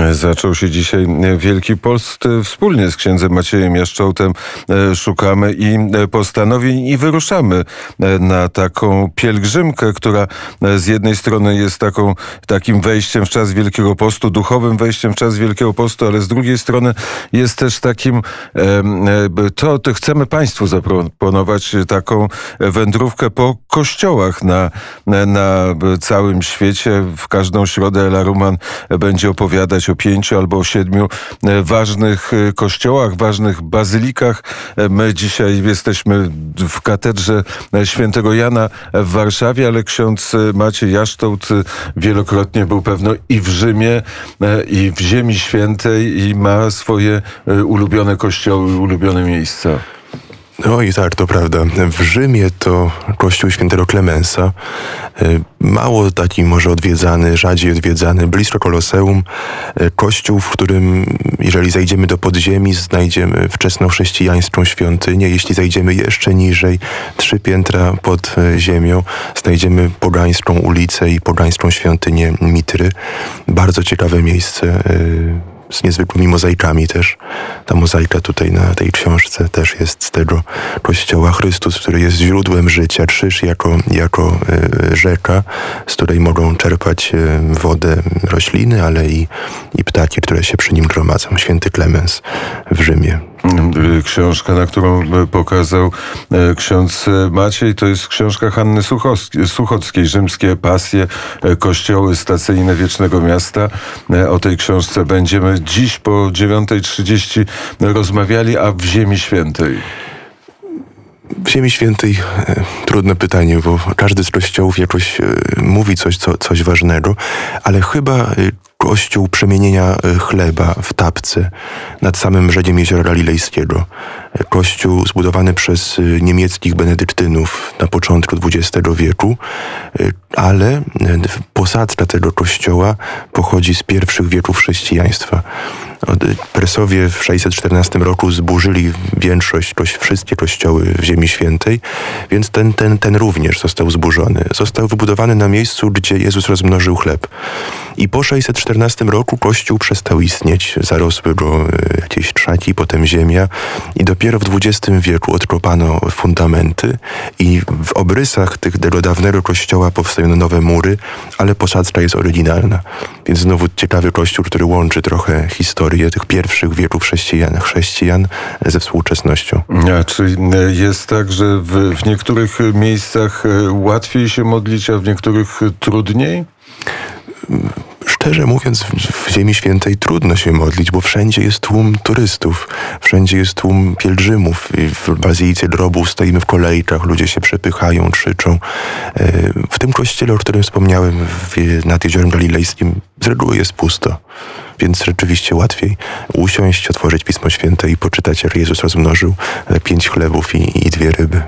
Zaczął się dzisiaj Wielki Post. Wspólnie z księdzem Maciejem Jaszczołtem szukamy i postanowień i wyruszamy na taką pielgrzymkę, która z jednej strony jest takim wejściem w czas Wielkiego Postu, duchowym wejściem w czas Wielkiego Postu, ale z drugiej strony jest też takim, to chcemy Państwu zaproponować taką wędrówkę po kościołach na całym świecie. W każdą środę Ela Ruman będzie opowiadać o 5 albo o 7 ważnych kościołach, ważnych bazylikach. My dzisiaj jesteśmy w katedrze świętego Jana w Warszawie, ale ksiądz Maciej Jaszczołt wielokrotnie był pewno i w Rzymie, i w Ziemi Świętej i ma swoje ulubione kościoły, ulubione miejsca. No i tak, to prawda. W Rzymie to kościół świętego Klemensa, mało taki może odwiedzany, rzadziej odwiedzany, blisko Koloseum. Kościół, w którym, jeżeli zajdziemy do podziemi, znajdziemy wczesnochrześcijańską świątynię. Jeśli zajdziemy jeszcze niżej, 3 piętra pod ziemią, znajdziemy pogańską ulicę i pogańską świątynię Mitry. Bardzo ciekawe miejsce, z niezwykłymi mozaikami też. Ta mozaika tutaj na tej książce też jest z tego kościoła. Chrystus, który jest źródłem życia, krzyż jako rzeka, z której mogą czerpać wodę rośliny, ale i ptaki, które się przy nim gromadzą. Święty Klemens w Rzymie. Książka, na którą pokazał ksiądz Maciej, to jest książka Hanny Suchockiej, Rzymskie pasje, kościoły stacyjne Wiecznego Miasta. O tej książce będziemy dziś po 9:30 rozmawiali, a w Ziemi Świętej? W Ziemi Świętej trudne pytanie, bo każdy z kościołów jakoś mówi coś ważnego, ale chyba kościół przemienienia chleba w Tapce nad samym brzegiem Jeziora Galilejskiego. Kościół zbudowany przez niemieckich benedyktynów na początku XX wieku, ale posadzka tego kościoła pochodzi z pierwszych wieków chrześcijaństwa. Presowie w 614 roku zburzyli wszystkie kościoły w Ziemi Świętej, więc ten również został zburzony. Został wybudowany na miejscu, gdzie Jezus rozmnożył chleb. I po 614 roku kościół przestał istnieć. Zarosły go jakieś trzaki, potem ziemia i dopiero w XX wieku odkopano fundamenty i w obrysach tego dawnego kościoła powstają nowe mury, ale posadzka jest oryginalna. Więc znowu ciekawy kościół, który łączy trochę historię tych pierwszych wieków chrześcijan ze współczesnością. A czy jest tak, że w niektórych miejscach łatwiej się modlić, a w niektórych trudniej? Szczerze mówiąc, w Ziemi Świętej trudno się modlić, bo wszędzie jest tłum turystów, wszędzie jest tłum pielgrzymów. W Bazylice Grobów stoimy w kolejkach, ludzie się przepychają, krzyczą. W tym kościele, o którym wspomniałem, nad Jeziorem Galilejskim, z reguły jest pusto. Więc rzeczywiście łatwiej usiąść, otworzyć Pismo Święte i poczytać, jak Jezus rozmnożył 5 chlebów i 2 ryby.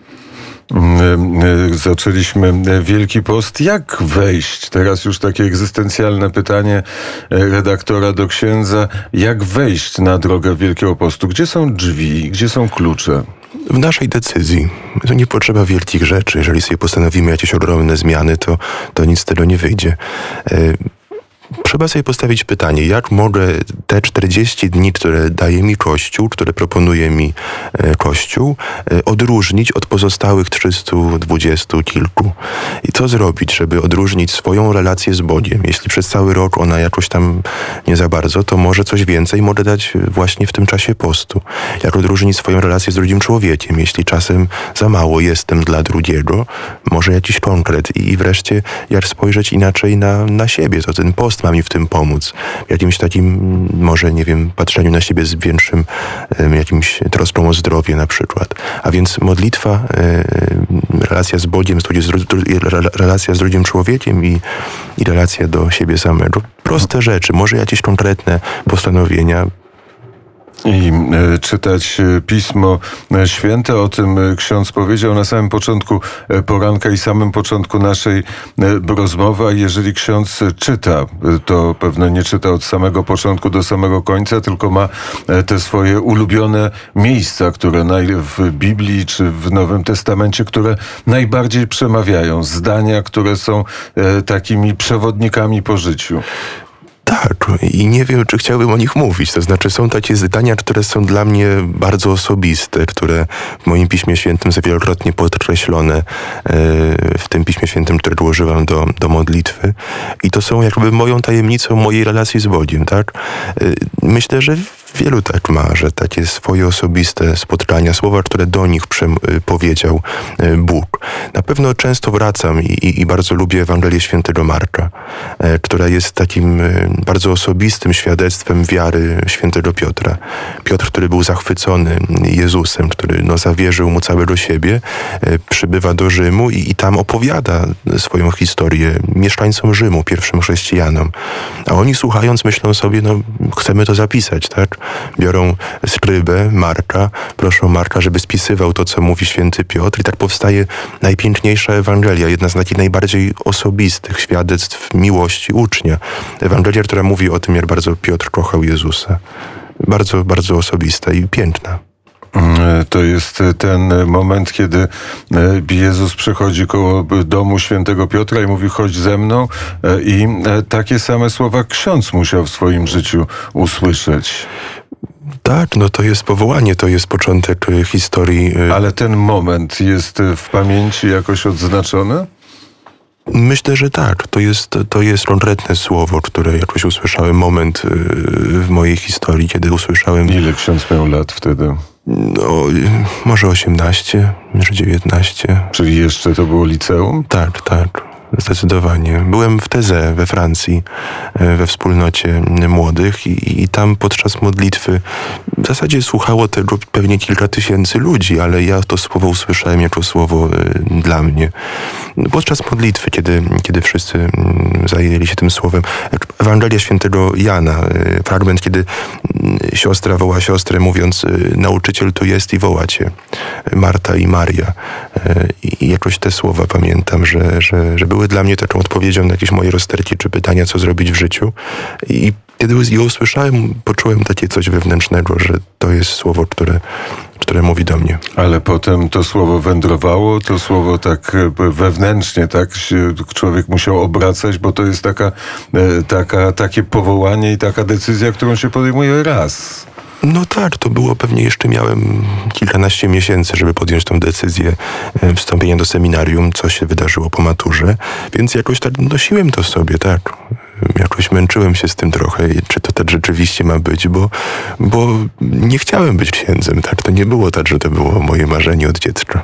Zaczęliśmy Wielki Post. Jak wejść? Teraz już takie egzystencjalne pytanie redaktora do księdza. Jak wejść na drogę Wielkiego Postu? Gdzie są drzwi? Gdzie są klucze? W naszej decyzji. To nie potrzeba wielkich rzeczy. Jeżeli sobie postanowimy jakieś ogromne zmiany, to nic z tego nie wyjdzie. Trzeba sobie postawić pytanie, jak mogę te 40 dni, które daje mi Kościół, które proponuje mi Kościół, odróżnić od pozostałych 320 kilku. I co zrobić, żeby odróżnić swoją relację z Bogiem? Jeśli przez cały rok ona jakoś tam nie za bardzo, to może coś więcej mogę dać właśnie w tym czasie postu. Jak odróżnić swoją relację z drugim człowiekiem? Jeśli czasem za mało jestem dla drugiego, może jakiś konkret. I wreszcie, jak spojrzeć inaczej na siebie, to ten post ma mi w tym pomóc. W jakimś takim, może, nie wiem, patrzeniu na siebie z większym jakimś troską o zdrowie na przykład. A więc modlitwa, relacja z Bogiem, relacja z drugim człowiekiem i relacja do siebie samego. Proste rzeczy, może jakieś konkretne postanowienia. I czytać Pismo Święte. O tym ksiądz powiedział na samym początku poranka i samym początku naszej rozmowy. A jeżeli ksiądz czyta, to pewno nie czyta od samego początku do samego końca, tylko ma te swoje ulubione miejsca, które w Biblii czy w Nowym Testamencie, które najbardziej przemawiają. Zdania, które są takimi przewodnikami po życiu. Tak, i nie wiem, czy chciałbym o nich mówić. To znaczy, są takie zdania, które są dla mnie bardzo osobiste, które w moim Piśmie Świętym są wielokrotnie podkreślone, w tym Piśmie Świętym, które używam do modlitwy. I to są jakby moją tajemnicą mojej relacji z Bogiem, tak? Myślę, że wielu tak ma, że takie swoje osobiste spotkania, słowa, które do nich powiedział Bóg. Na pewno często wracam i bardzo lubię Ewangelię Świętego Marka, która jest takim bardzo osobistym świadectwem wiary Świętego Piotra. Piotr, który był zachwycony Jezusem, który zawierzył mu całego siebie, przybywa do Rzymu i tam opowiada swoją historię mieszkańcom Rzymu, pierwszym chrześcijanom. A oni słuchając myślą sobie, chcemy to zapisać, tak? Biorą skrybę Marka, proszą Marka, żeby spisywał to, co mówi święty Piotr i tak powstaje najpiękniejsza Ewangelia, jedna z takich najbardziej osobistych świadectw miłości ucznia. Ewangelia, która mówi o tym, jak bardzo Piotr kochał Jezusa. Bardzo, bardzo osobista i piękna. To jest ten moment, kiedy Jezus przychodzi koło domu świętego Piotra i mówi: chodź ze mną, i takie same słowa ksiądz musiał w swoim życiu usłyszeć. Tak, to jest powołanie, to jest początek historii. Ale ten moment jest w pamięci jakoś odznaczony? Myślę, że tak. To jest konkretne słowo, które jakoś usłyszałem, moment w mojej historii, kiedy usłyszałem... Ile ksiądz miał lat wtedy? Może 18, może 19. Czyli jeszcze to było liceum? Tak. Zdecydowanie. Byłem w Thésée we Francji, we wspólnocie młodych i tam podczas modlitwy w zasadzie słuchało tego pewnie kilka tysięcy ludzi, ale ja to słowo usłyszałem jako słowo dla mnie. Podczas modlitwy, kiedy wszyscy zajęli się tym słowem. Ewangelia Świętego Jana, fragment, kiedy siostra woła siostrę, mówiąc: nauczyciel tu jest i woła cię, Marta i Maria. I jakoś te słowa pamiętam, że były dla mnie taką odpowiedzią na jakieś moje rozterki czy pytania, co zrobić w życiu. I kiedy je usłyszałem, poczułem takie coś wewnętrznego, że to jest słowo, które mówi do mnie. Ale potem to słowo wędrowało, to słowo tak wewnętrznie, tak człowiek musiał obracać, bo to jest takie powołanie i taka decyzja, którą się podejmuje raz. Tak, to było pewnie jeszcze miałem kilkanaście miesięcy, żeby podjąć tą decyzję wstąpienia do seminarium, co się wydarzyło po maturze, więc jakoś tak nosiłem to w sobie, tak. Jakoś męczyłem się z tym trochę, czy to tak rzeczywiście ma być, bo nie chciałem być księdzem, tak. To nie było tak, że to było moje marzenie od dziecka.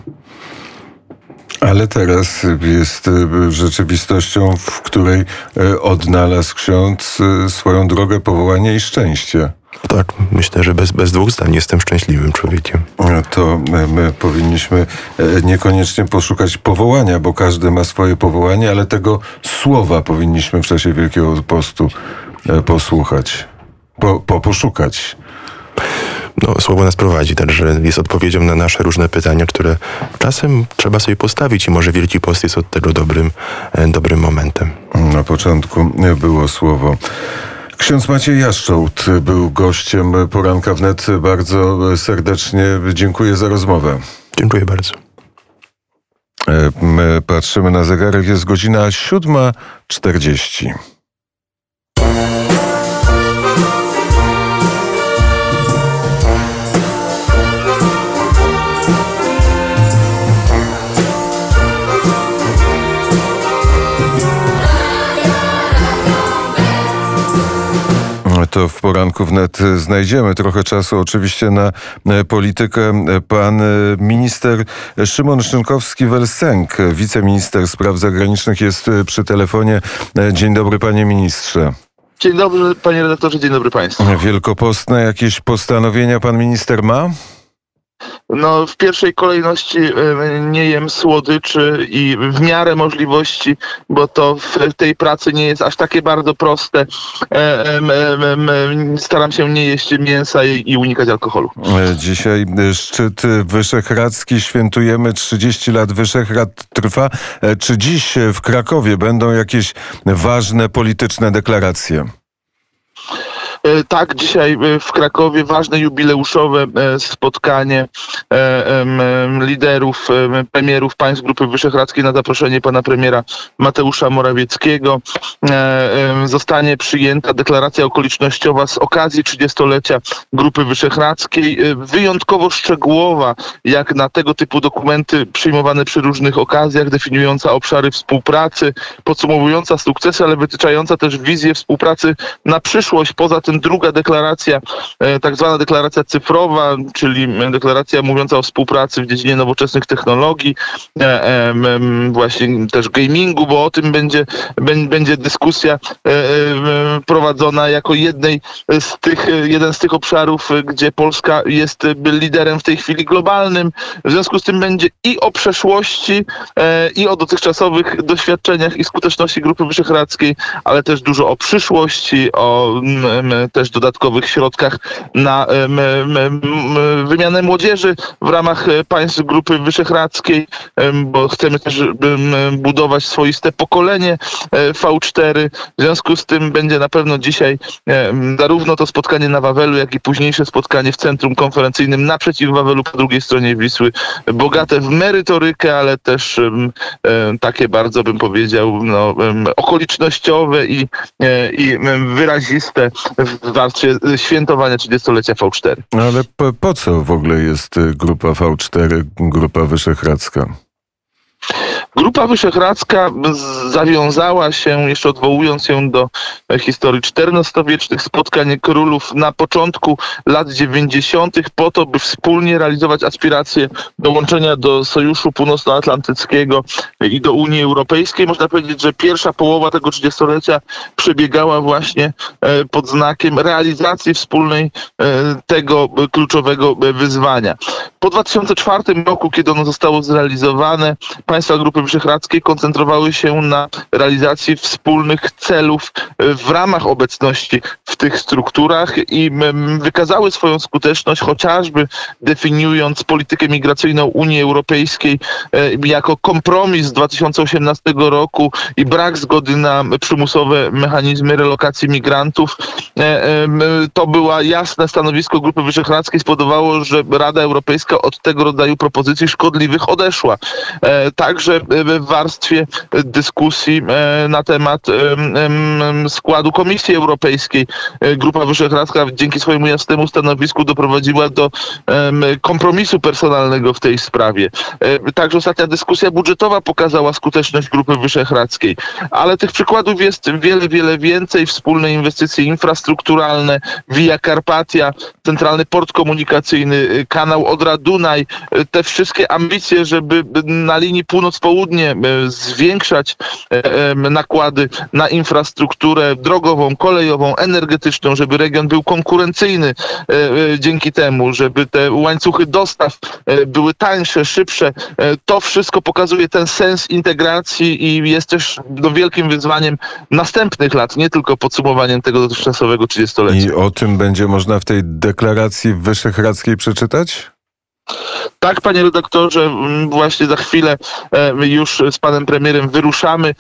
Ale teraz jest rzeczywistością, w której odnalazł ksiądz swoją drogę, powołanie i szczęście. Tak, myślę, że bez dwóch zdań jestem szczęśliwym człowiekiem. To my powinniśmy niekoniecznie poszukać powołania, bo każdy ma swoje powołanie, ale tego słowa powinniśmy w czasie Wielkiego Postu posłuchać, poszukać. Słowo nas prowadzi, także jest odpowiedzią na nasze różne pytania, które czasem trzeba sobie postawić i może Wielki Post jest od tego dobrym momentem. Na początku było słowo. Ksiądz Maciej Jaszczołt był gościem Poranka Wnet. Bardzo serdecznie dziękuję za rozmowę. Dziękuję bardzo. My patrzymy na zegarek, jest godzina 7:40. To w Poranku Wnet znajdziemy trochę czasu oczywiście na politykę. Pan minister Szymon Szynkowski-Welsenk, wiceminister spraw zagranicznych, jest przy telefonie. Dzień dobry, panie ministrze. Dzień dobry, panie redaktorze, dzień dobry państwu. Wielkopostne jakieś postanowienia pan minister ma? W pierwszej kolejności nie jem słodyczy i w miarę możliwości, bo to w tej pracy nie jest aż takie bardzo proste. Staram się nie jeść mięsa i unikać alkoholu. Dzisiaj szczyt wyszehradzki, świętujemy 30 lat. Wyszehrad trwa. Czy dziś w Krakowie będą jakieś ważne polityczne deklaracje? Tak, dzisiaj w Krakowie ważne jubileuszowe spotkanie liderów, premierów państw Grupy Wyszehradzkiej na zaproszenie pana premiera Mateusza Morawieckiego. Zostanie przyjęta deklaracja okolicznościowa z okazji 30-lecia Grupy Wyszehradzkiej. Wyjątkowo szczegółowa, jak na tego typu dokumenty przyjmowane przy różnych okazjach, definiująca obszary współpracy, podsumowująca sukcesy, ale wytyczająca też wizję współpracy na przyszłość. Poza tym druga deklaracja, tak zwana deklaracja cyfrowa, czyli deklaracja mówiąca o współpracy w dziedzinie nowoczesnych technologii, właśnie też gamingu, bo o tym będzie dyskusja prowadzona jako jeden z tych obszarów, gdzie Polska jest liderem w tej chwili globalnym. W związku z tym będzie i o przeszłości, i o dotychczasowych doświadczeniach i skuteczności Grupy Wyszehradzkiej, ale też dużo o przyszłości, o też dodatkowych środkach na wymianę młodzieży w ramach państw Grupy Wyszehradzkiej, bo chcemy też budować swoiste pokolenie V4. W związku z tym będzie na pewno dzisiaj zarówno to spotkanie na Wawelu, jak i późniejsze spotkanie w centrum konferencyjnym naprzeciw Wawelu po drugiej stronie Wisły, bogate w merytorykę, ale też takie bardzo, bym powiedział, okolicznościowe i wyraziste w warstwie świętowania 30-lecia V4. Ale po co w ogóle jest Grupa V4, Grupa Wyszehradzka? Grupa Wyszehradzka zawiązała się, jeszcze odwołując się do historii XIV-wiecznych spotkań królów na początku lat 90. po to, by wspólnie realizować aspiracje dołączenia do Sojuszu Północnoatlantyckiego i do Unii Europejskiej. Można powiedzieć, że pierwsza połowa tego 30-lecia przebiegała właśnie pod znakiem realizacji wspólnej tego kluczowego wyzwania. Po 2004 roku, kiedy ono zostało zrealizowane, państwa Grupy Wyszehradzkiej koncentrowały się na realizacji wspólnych celów w ramach obecności w tych strukturach i wykazały swoją skuteczność, chociażby definiując politykę migracyjną Unii Europejskiej jako kompromis z 2018 roku i brak zgody na przymusowe mechanizmy relokacji migrantów. To było jasne stanowisko Grupy Wyszehradzkiej, spowodowało, że Rada Europejska od tego rodzaju propozycji szkodliwych odeszła. Także w warstwie dyskusji na temat składu Komisji Europejskiej Grupa Wyszehradzka dzięki swojemu jasnemu stanowisku doprowadziła do kompromisu personalnego w tej sprawie. Także ostatnia dyskusja budżetowa pokazała skuteczność Grupy Wyszehradzkiej, ale tych przykładów jest wiele, wiele więcej. Wspólne inwestycje infrastrukturalne, Via Carpatia, Centralny Port Komunikacyjny, kanał Odra-Dunaj, te wszystkie ambicje, żeby na linii północ-południe zwiększać nakłady na infrastrukturę drogową, kolejową, energetyczną, żeby region był konkurencyjny dzięki temu, żeby te łańcuchy dostaw były tańsze, szybsze. To wszystko pokazuje ten sens integracji i jest też wielkim wyzwaniem następnych lat, nie tylko podsumowaniem tego dotychczasowego 30-lecia. I o tym będzie można w tej deklaracji wyszehradzkiej przeczytać? Tak, panie redaktorze, właśnie za chwilę już z panem premierem wyruszamy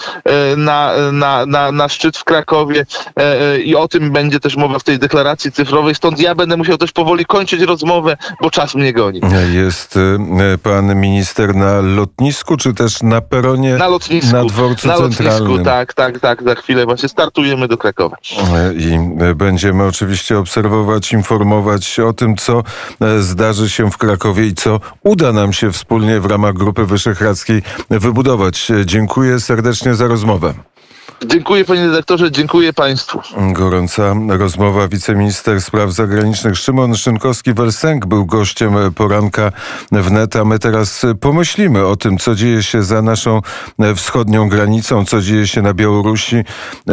na szczyt w Krakowie i o tym będzie też mowa w tej deklaracji cyfrowej, stąd ja będę musiał też powoli kończyć rozmowę, bo czas mnie goni. Jest pan minister na lotnisku, czy też na peronie? Na lotnisku. Na dworcu centralnym. Tak, za chwilę właśnie startujemy do Krakowa. I będziemy oczywiście obserwować, informować o tym, co zdarzy się w Krakowie i co uda nam się wspólnie w ramach Grupy Wyszehradzkiej wybudować. Dziękuję serdecznie za rozmowę. Dziękuję, panie redaktorze, dziękuję państwu. Gorąca rozmowa. Wiceminister spraw zagranicznych Szymon Szynkowski-Vel Sęk był gościem poranka wnet, a my teraz pomyślimy o tym, co dzieje się za naszą wschodnią granicą, co dzieje się na Białorusi.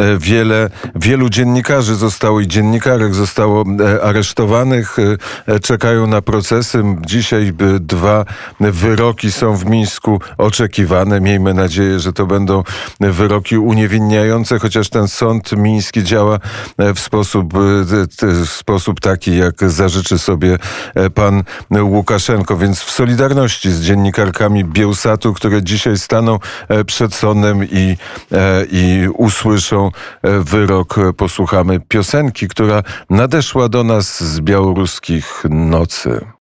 Wielu dziennikarzy i dziennikarek zostało aresztowanych, czekają na procesy. Dzisiaj 2 wyroki są w Mińsku oczekiwane. Miejmy nadzieję, że to będą wyroki uniewinniające zapewniające, chociaż ten sąd miński działa w sposób taki, jak zażyczy sobie pan Łukaszenko. Więc w solidarności z dziennikarkami Biełsatu, które dzisiaj staną przed sądem i usłyszą wyrok, posłuchamy piosenki, która nadeszła do nas z białoruskich nocy.